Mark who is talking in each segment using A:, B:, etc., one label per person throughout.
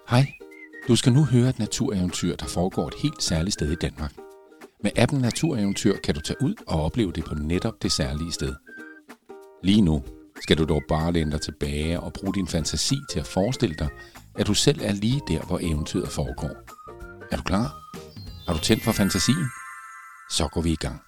A: Hej, du skal nu høre et natureventyr, der foregår et helt særligt sted i Danmark. Med appen Natureventyr kan du tage ud og opleve det på netop det særlige sted. Lige nu skal du dog bare læne dig tilbage og bruge din fantasi til at forestille dig, at du selv er lige der, hvor eventyret foregår. Er du klar? Har du tændt for fantasien? Så går vi i gang.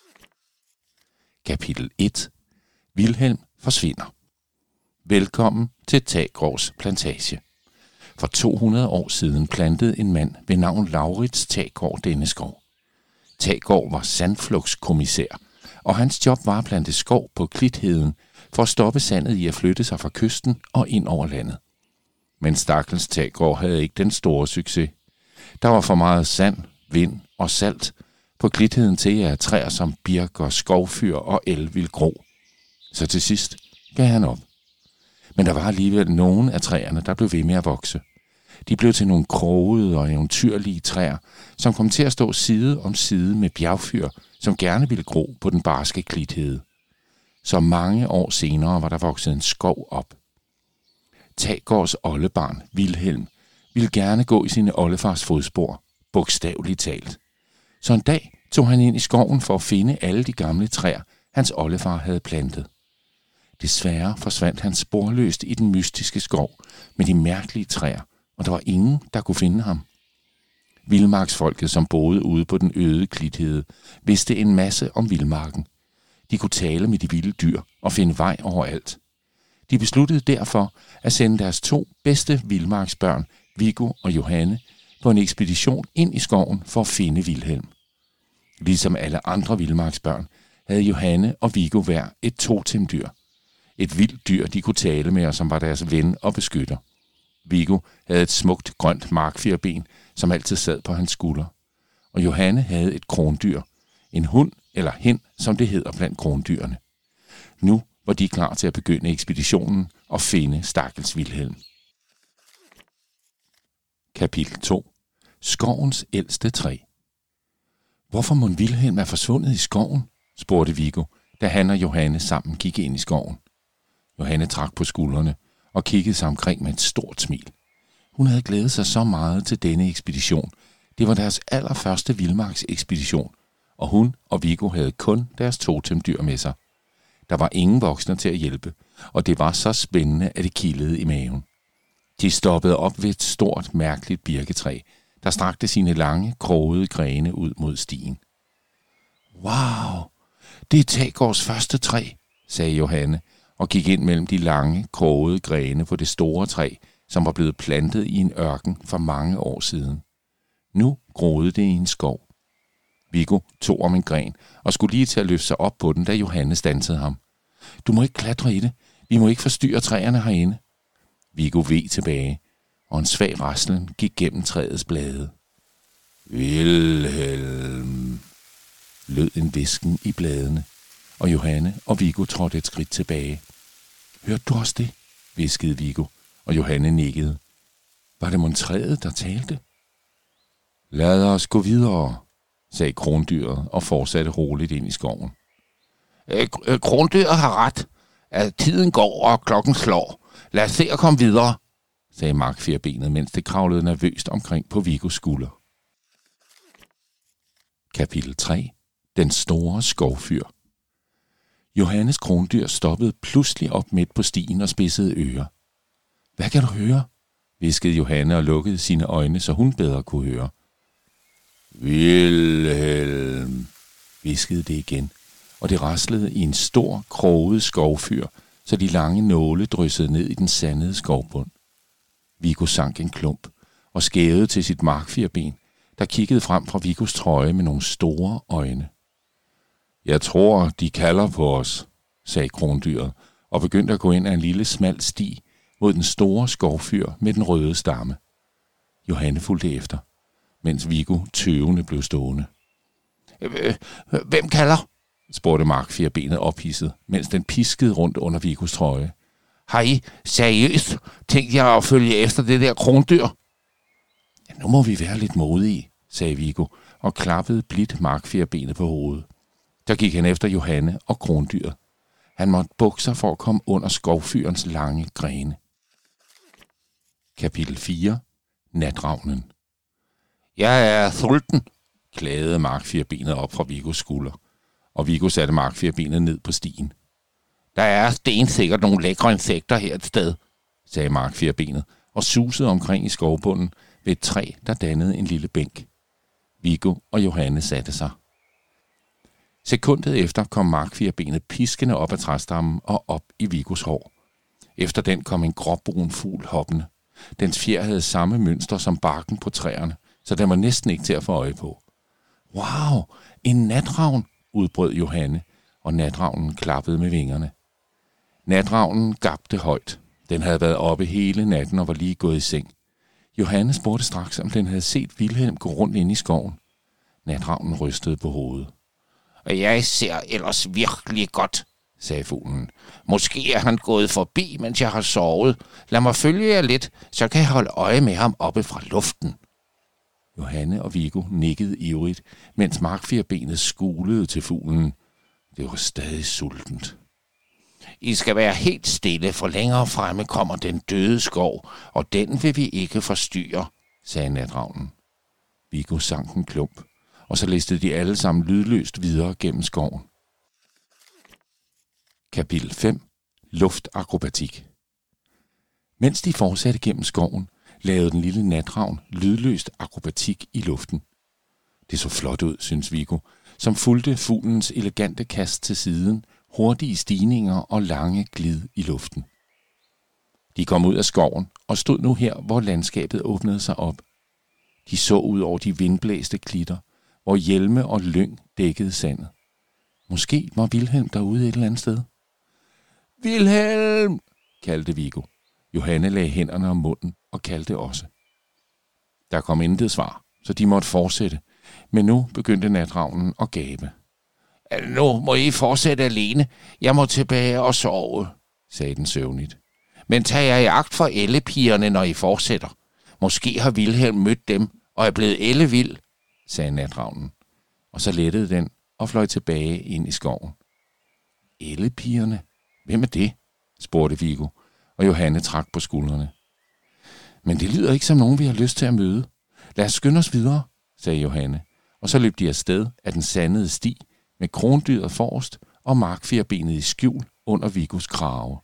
A: Kapitel 1. Vilhelm forsvinder. Velkommen til Taggaards plantage. For 200 år siden plantede en mand ved navn Laurits Taggaard denne skov. Taggaard var sandflugtskommissær, og hans job var at plante skov på Klitheden for at stoppe sandet i at flytte sig fra kysten og ind over landet. Men stakkels Taggaard havde ikke den store succes. Der var for meget sand, vind og salt på Klitheden til at træer som birk og skovfyr og el ville gro. Så til sidst gav han op. Men der var alligevel nogle af træerne, der blev ved med at vokse. De blev til nogle krogede og eventyrlige træer, som kom til at stå side om side med bjergfyr, som gerne ville gro på den barske Klithede. Så mange år senere var der vokset en skov op. Taggaards oldebarn, Vilhelm, ville gerne gå i sine oldefars fodspor, bogstaveligt talt. Så en dag tog han ind i skoven for at finde alle de gamle træer, hans oldefar havde plantet. Desværre forsvandt han sporløst i den mystiske skov med de mærkelige træer, og der var ingen, der kunne finde ham. Vildmarksfolket, som boede ude på den øde Klithede, vidste en masse om vildmarken. De kunne tale med de vilde dyr og finde vej overalt. De besluttede derfor at sende deres 2 bedste vildmarksbørn, Viggo og Johanne, på en ekspedition ind i skoven for at finde Vilhelm. Ligesom alle andre vildmarksbørn havde Johanne og Viggo hver et totemdyr. Et vildt dyr, de kunne tale med, og som var deres ven og beskytter. Viggo havde et smukt grønt markfirben, som altid sad på hans skulder. Og Johanne havde et krondyr, en hund eller hen, som det hedder blandt krondyrene. Nu var de klar til at begynde ekspeditionen og finde stakkels Vilhelm. Kapitel 2. Skovens ældste træ. Hvorfor mon Vilhelm er forsvundet i skoven? Spurgte Viggo, da han og Johanne sammen gik ind i skoven. Johanne trak på skuldrene og kiggede sig omkring med et stort smil. Hun havde glædet sig så meget til denne ekspedition. Det var deres allerførste vildmarksekspedition, og hun og Viggo havde kun deres totemdyr med sig. Der var ingen voksne til at hjælpe, og det var så spændende, at det kildede i maven. De stoppede op ved et stort, mærkeligt birketræ, der strakte sine lange, krogede grene ud mod stien. Wow, det er Taggaards første træ, sagde Johanne, og gik ind mellem de lange, krogede grene på det store træ, som var blevet plantet i en ørken for mange år siden. Nu groede det i en skov. Viggo tog om en gren og skulle lige til at løfte sig op på den, da Johanne standsede ham. Du må ikke klatre i det. Vi må ikke forstyrre træerne herinde. Viggo veg tilbage, og en svag raslen gik gennem træets blade. Vilhelm, lød en hvisken i bladene, og Johanne og Viggo trådte et skridt tilbage. Hørte du også det? Hviskede Viggo, og Johanne nikkede. Var det mon træet, der talte? Lad os gå videre, sagde krondyret og fortsatte roligt ind i skoven. Krondyret har ret. At tiden går, og klokken slår. Lad os se at komme videre, sagde markfirbenet, mens det kravlede nervøst omkring på Viggos skulder. Kapitel 3. Den store skovfyr. Johannes krondyr stoppede pludselig op midt på stien og spidsede ører. Hvad kan du høre? Hviskede Johanne og lukkede sine øjne, så hun bedre kunne høre. Vilhelm, hviskede det igen, og det raslede i en stor, kroget skovfyr, så de lange nåle dryssede ned i den sandede skovbund. Viggo sank en klump og skævede til sit markfirben, der kiggede frem fra Viggos trøje med nogle store øjne. Jeg tror, de kalder på os, sagde krondyret, og begyndte at gå ind ad en lille smal sti mod den store skovfyr med den røde stamme. Johanne fulgte efter, mens Viggo tøvende blev stående. Hvem kalder? Spurgte markfirbenet ophidset, mens den piskede rundt under Viggos trøje. Har I seriøst tænkt jer at følge efter det der krondyr? Ja, nu må vi være lidt modige, sagde Viggo og klappede blidt markfirbenet på hovedet. Der gik han efter Johanne og krondyret. Han måtte bukke sig for at komme under skovfyrens lange grene. Kapitel 4. natravnen. Jeg er sulten, klagede Markfirbenet op fra Vigos skulder, og Viggo satte Markfirbenet ned på stien. Der er stensikkert nogle lækre insekter her et sted, sagde Markfirbenet, og susede omkring i skovbunden ved et træ, der dannede en lille bænk. Viggo og Johanne satte sig. Sekundet efter kom Markfirbenet piskende op ad træstammen og op i Viggos hår. Efter den kom en gråbrun fugl hoppende. Dens fjer havde samme mønster som barken på træerne, så den var næsten ikke til at få øje på. Wow, en natravn, udbrød Johanne, og natravnen klappede med vingerne. Natravnen gabte højt. Den havde været oppe hele natten og var lige gået i seng. Johanne spurgte straks, om den havde set Vilhelm gå rundt ind i skoven. Natravnen rystede på hovedet. Jeg ser ellers virkelig godt, sagde fuglen. Måske er han gået forbi, mens jeg har sovet. Lad mig følge jer lidt, så kan jeg holde øje med ham oppe fra luften. Johanne og Viggo nikkede ivrigt, mens Markfirbenet skulede til fuglen. Det var stadig sultent. I skal være helt stille, for længere fremme kommer den døde skov, og den vil vi ikke forstyrre, sagde natravnen. Viggo sank en klump, og så listede de alle sammen lydløst videre gennem skoven. Kapitel 5. Luftakrobatik. Mens de fortsatte gennem skoven, lavede den lille natravn lydløst akrobatik i luften. Det så flot ud, synes Viggo, som fulgte fuglens elegante kast til siden, hurtige stigninger og lange glid i luften. De kom ud af skoven og stod nu her, hvor landskabet åbnede sig op. De så ud over de vindblæste klitter, hvor hjelme og lyng dækkede sandet. Måske var Vilhelm derude et eller andet sted. Vilhelm, kaldte Viggo. Johanne lagde hænderne om munden og kaldte også. Der kom intet svar, så de måtte fortsætte, men nu begyndte natravnen at gabe. Nu må I fortsætte alene. Jeg må tilbage og sove, sagde den søvnigt. Men tag jer i agt for ellepigerne, når I fortsætter. Måske har Vilhelm mødt dem og er blevet ellevild, sagde natravnen. Og så lettede den og fløj tilbage ind i skoven. Ellepigerne? Hvem er det? Spurgte Viggo, og Johanne trak på skuldrene. Men det lyder ikke som nogen, vi har lyst til at møde. Lad os skynde os videre, sagde Johanne, og så løb de afsted af den sandede sti med krondyret forrest og Markfirbenet i skjul under Viggos krave.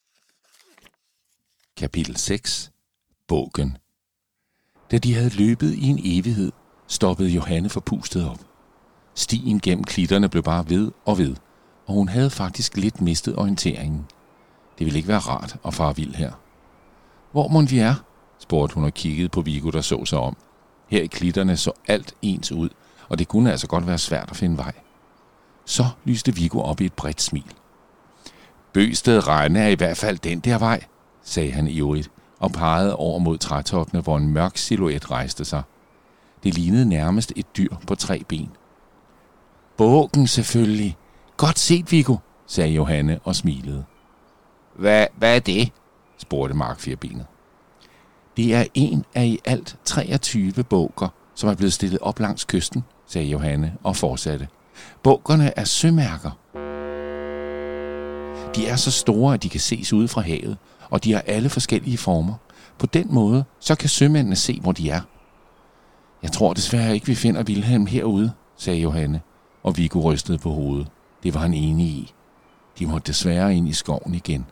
A: Kapitel 6. Bågen. Da de havde løbet i en evighed, stoppede Johanne forpustet op. Stien gennem klitterne blev bare ved, og hun havde faktisk lidt mistet orienteringen. Det ville ikke være rart at fare vild her. Hvor mon vi er? Spurgte hun og kiggede på Viggo, der så sig om. Her i klitterne så alt ens ud, og det kunne altså godt være svært at finde vej. Så lyste Viggo op i et bredt smil. Bøgsted Regne er i hvert fald den der vej, sagde han ivrigt og pegede over mod trætoppene, hvor en mørk silhuet rejste sig. Det lignede nærmest et dyr på 3 ben. Bågen selvfølgelig. Godt set, Viggo, sagde Johanne og smilede. Hvad er det? Spurgte Markfirbenet. Det er en af i alt 23 båger, som er blevet stillet op langs kysten, sagde Johanne og fortsatte. Bågerne er sømærker. De er så store, at de kan ses ude fra havet, og de har alle forskellige former. På den måde, så kan sømændene se, hvor de er. Jeg tror desværre ikke, vi finder Vilhelm herude, sagde Johanne, og Viggo rystede på hovedet. Det var han enig i. De måtte desværre ind i skoven igen.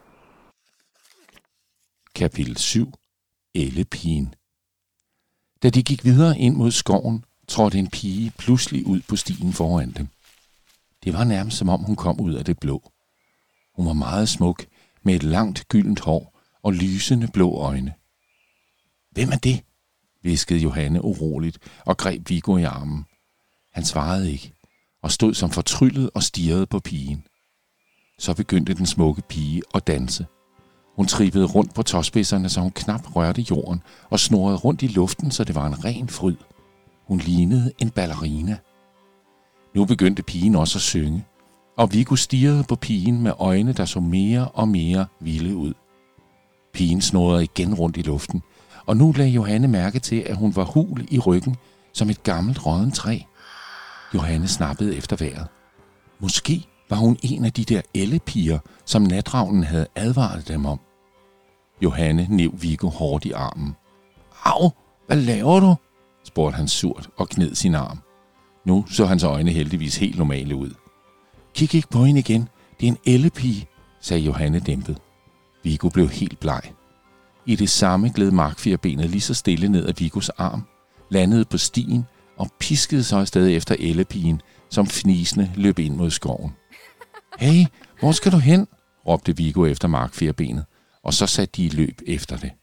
A: Kapitel 7. Ellepigen. Da de gik videre ind mod skoven, trådte en pige pludselig ud på stien foran dem. Det var nærmest som om hun kom ud af det blå. Hun var meget smuk, med et langt gyldent hår og lysende blå øjne. Hvem er det? Hviskede Johanne uroligt og greb Viggo i armen. Han svarede ikke og stod som fortryllet og stirrede på pigen. Så begyndte den smukke pige at danse. Hun trippede rundt på tåspidserne, så hun knap rørte jorden, og snurrede rundt i luften, så det var en ren fryd. Hun lignede en ballerina. Nu begyndte pigen også at synge, og Viggo stirrede på pigen med øjne, der så mere og mere vilde ud. Pigen snurrede igen rundt i luften, og nu lagde Johanne mærke til, at hun var hul i ryggen som et gammelt råddent træ. Johanne snappede efter vejret. Måske var hun en af de der ellepiger, som natravnen havde advaret dem om. Johanne nev Viggo hårdt i armen. Au, Hvad laver du? Spurgte han surt og gned sin arm. Nu så hans øjne heldigvis helt normale ud. Kig ikke på hende igen. Det er en ellepige, sagde Johanne dæmpet. Viggo blev helt bleg. I det samme gled markfirbenet lige så stille ned ad Viggos arm, landede på stien og piskede sig afsted efter ellepigen, som fnisende løb ind mod skoven. Hey, hvor skal du hen? Råbte Viggo efter markfirbenet, og så satte de i løb efter det.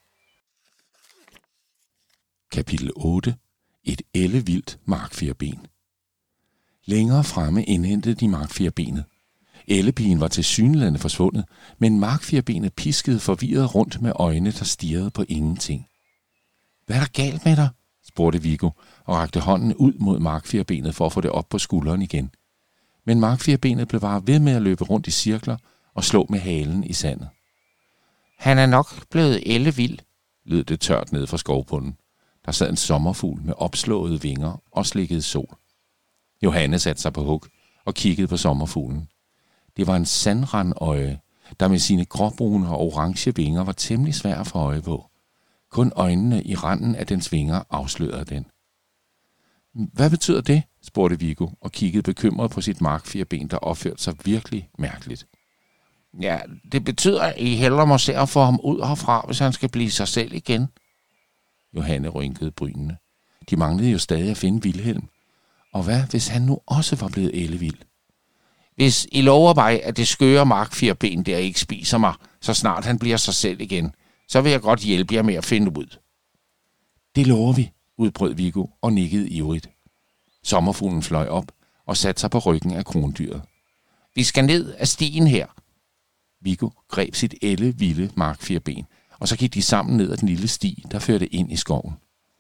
A: Kapitel 8. Et ellevildt markfirben. Længere fremme indhentede de markfirbenet. Ellepigen var tilsyneladende forsvundet, men markfirbenet piskede forvirret rundt med øjne, der stirrede på ingenting. Hvad er der galt med dig? Spurgte Viggo og rakte hånden ud mod markfirbenet for at få det op på skulderen igen. Men markfirbenet blev bare ved med at løbe rundt i cirkler og slå med halen i sandet. Han er nok blevet ellevild, lød det tørt ned fra skovbunden. Der sad en sommerfugl med opslåede vinger og slikkede sol. Johanne satte sig på hug og kiggede på sommerfuglen. Det var en sandrandøje, der med sine gråbrune og orange vinger var temmelig svær at få øje på. Kun øjnene i randen af dens vinger afslørede den. Hvad betyder det? Spurgte Viggo og kiggede bekymret på sit markfirben, der opførte sig virkelig mærkeligt. Ja, det betyder, at I hellere må se at få ham ud herfra, hvis han skal blive sig selv igen. Johanne rynkede brynene. De manglede jo stadig at finde Vilhelm. Og hvad, hvis han nu også var blevet ellevild? Hvis I lover mig, at det skøre markfirben der ikke spiser mig, så snart han bliver sig selv igen, så vil jeg godt hjælpe jer med at finde ud. Det lover vi, udbrød Viggo og nikkede ivrigt. Sommerfuglen fløj op og satte sig på ryggen af krondyret. Vi skal ned ad stien her. Viggo greb sit ellevilde markfirben, og så gik de sammen ned ad den lille sti, der førte ind i skoven.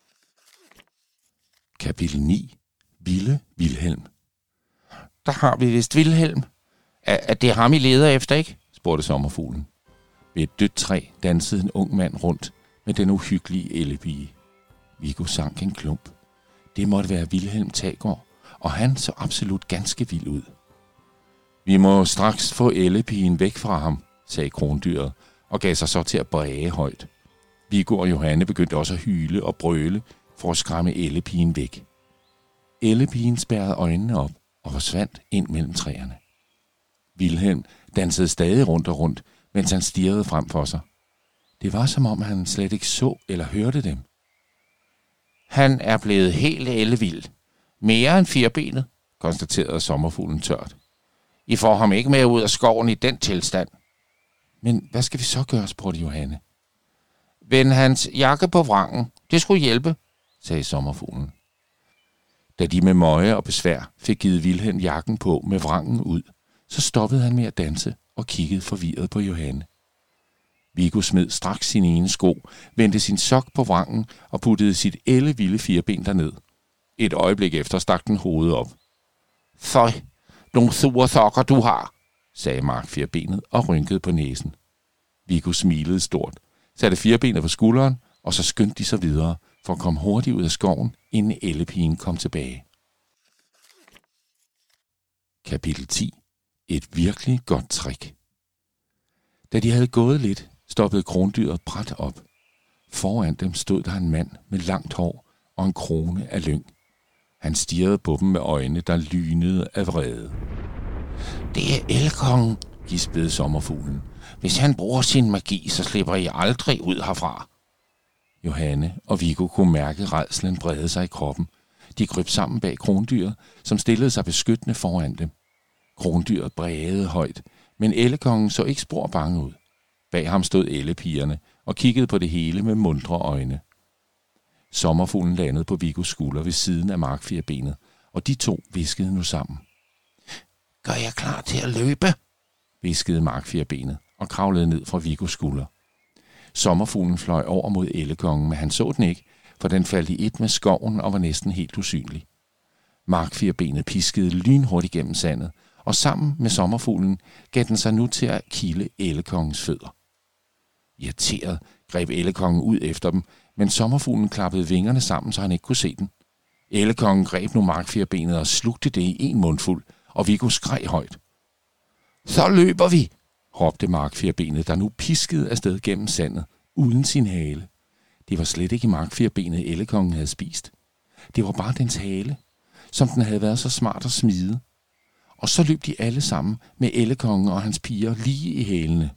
A: Kapitel 9. Vilde Vilhelm. Der har vi vist Vilhelm. Er det ham, I leder efter, ikke? Spurgte sommerfuglen. Ved et dødt træ dansede en ung mand rundt med den uhyggelige ellepige. Viggo sank en klump. Det måtte være Vilhelm Taggaard, og han så absolut ganske vild ud. Vi må straks få ellepigen væk fra ham, sagde krondyret, og gav sig så til at bræge højt. Viggo og Johanne begyndte også at hyle og brøle for at skræmme ellepigen væk. Ellepigen spærrede øjnene op og forsvandt ind mellem træerne. Vilhelm dansede stadig rundt og rundt, mens han stirrede frem for sig. Det var som om han slet ikke så eller hørte dem. Han er blevet helt ellevild. Mere end firbenet, konstaterede sommerfuglen tørt. I får ham ikke med ud af skoven i den tilstand. Men hvad skal vi så gøre, spurgte Johanne. Vend hans jakke på vrangen. Det skulle hjælpe, sagde sommerfuglen. Da de med møje og besvær fik givet Vilhelm jakken på med vrangen ud, så stoppede han med at danse og kiggede forvirret på Johanne. Viggo smed straks sin ene sko, vendte sin sok på vrangen og puttede sit ellevilde firben derned. Et øjeblik efter stak den hovedet op. Føj, nogle sure sokker du har, sagde markfirbenet og rynkede på næsen. Viggo smilede stort, satte firbenet på skulderen, og så skyndte de sig videre for at komme hurtigt ud af skoven, inden ellepigen kom tilbage. Kapitel 10. Et virkelig godt trick. Da de havde gået lidt, stoppede krondyret brat op. Foran dem stod der en mand med langt hår og en krone af lyng. Han stirrede på dem med øjne, der lynede af vrede. Det er elkongen, gispede sommerfuglen. Hvis han bruger sin magi, så slipper I aldrig ud herfra. Johanne og Viggo kunne mærke rædslen brede sig i kroppen. De kryb sammen bag krondyret, som stillede sig beskyttende foran dem. Krondyret brægede højt, men ellekongen så ikke spor bange ud. Bag ham stod ellepigerne og kiggede på det hele med muntre øjne. Sommerfuglen landede på Viggos skulder ved siden af markfirbenet, og de to hviskede nu sammen. Gør jeg klar til at løbe? Hviskede markfirbenet og kravlede ned fra Viggos skulder. Sommerfuglen fløj over mod ellekongen, men han så den ikke, for den faldt i et med skoven og var næsten helt usynlig. Markfirbenet piskede lynhurtigt gennem sandet, og sammen med sommerfuglen gav den sig nu til at kilde ellekongens fødder. Irriteret greb ellekongen ud efter dem, men sommerfuglen klappede vingerne sammen, så han ikke kunne se den. Ellekongen greb nu markfirbenet og slugte det i en mundfuld, og Viggo skreg højt. Så løber vi, råbte markfirbenet, der nu piskede afsted gennem sandet, uden sin hale. Det var slet ikke markfirbenet ellekongen havde spist. Det var bare dens hale, som den havde været så smart at smide. Og så løb de alle sammen med ellekongen og hans piger lige i hælene.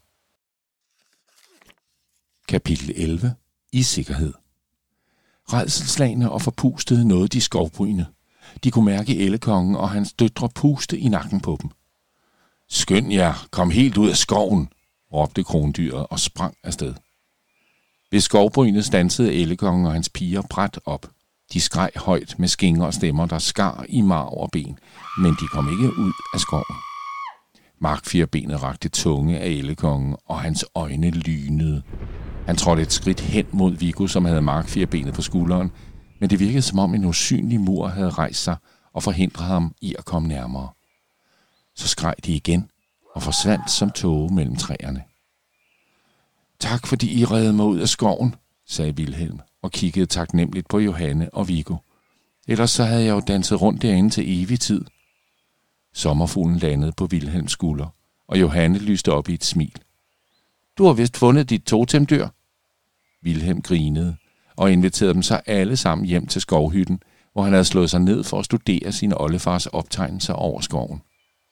A: Kapitel 11. I sikkerhed. Rædselsslagne og forpustede nåede de skovbrynene. De kunne mærke ellekongen og hans døtre puste i nakken på dem. Skynd jer, kom helt ud af skoven, råbte krondyret og sprang afsted. Ved skovbrynet stansede ellekongen og hans piger brat op. De skreg højt med skingre og stemmer, der skar i marv og ben, men de kom ikke ud af skoven. Markfirbenet rakte tunge af ellekongen, og hans øjne lynede. Han trådte et skridt hen mod Viggo, som havde markfirbenet på skulderen, men det virkede som om en usynlig mur havde rejst sig og forhindret ham i at komme nærmere. Så skreg de igen og forsvandt som tåge mellem træerne. Tak fordi I reddede mig ud af skoven, sagde Vilhelm og kiggede taknemmeligt på Johanne og Viggo. Ellers så havde jeg jo danset rundt derinde til evig tid. Sommerfuglen landede på Vilhelms skulder, og Johanne lyste op i et smil. Du har vist fundet dit totemdyr. Vilhelm grinede og inviterede dem så alle sammen hjem til skovhytten, hvor han havde slået sig ned for at studere sin oldefars optegnelser over skoven.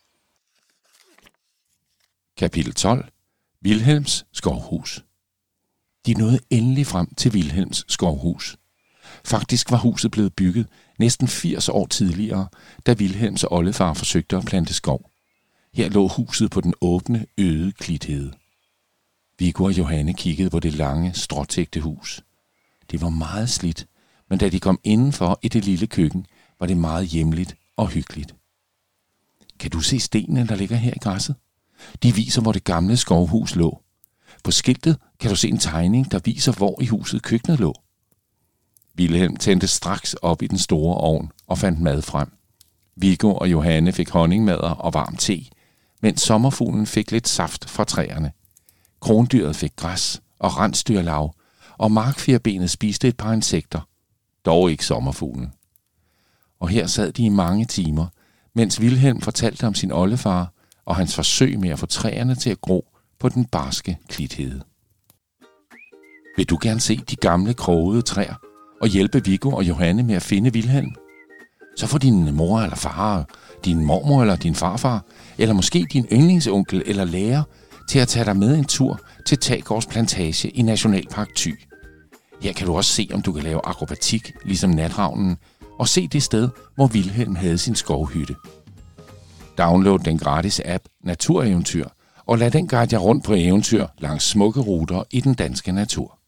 A: Kapitel 12. Vilhelms skovhus. De nåede endelig frem til Vilhelms skovhus. Faktisk var huset blevet bygget næsten 80 år tidligere, da Vilhelms oldefar forsøgte at plante skov. Her lå huset på den åbne, øde klithede. Viggo og Johanne kiggede på det lange, stråtægte hus. Det var meget slidt, men da de kom indenfor i det lille køkken, var det meget hjemligt og hyggeligt. Kan du se stenene, der ligger her i græsset? De viser, hvor det gamle skovhus lå. På skiltet kan du se en tegning, der viser, hvor i huset køkkenet lå. Vilhelm tændte straks op i den store ovn og fandt mad frem. Viggo og Johanne fik honningmadder og varm te, mens sommerfuglen fik lidt saft fra træerne. Krondyret fik græs og rensdyrlav, og markfirbenet spiste et par insekter, dog ikke sommerfuglen. Og her sad de i mange timer, mens Vilhelm fortalte om sin oldefar og hans forsøg med at få træerne til at gro på den barske klithede. Vil du gerne se de gamle krogede træer og hjælpe Viggo og Johanne med at finde Vilhelm? Så får din mor eller far, din mormor eller din farfar, eller måske din yndlingsonkel eller lærer til at tage dig med en tur til Taggårds Plantage i Nationalpark Thy. Her kan du også se, om du kan lave akrobatik, ligesom natravnen, og se det sted, hvor Vilhelm havde sin skovhytte. Download den gratis app Natureventyr, og lad den guide jer rundt på eventyr langs smukke ruter i den danske natur.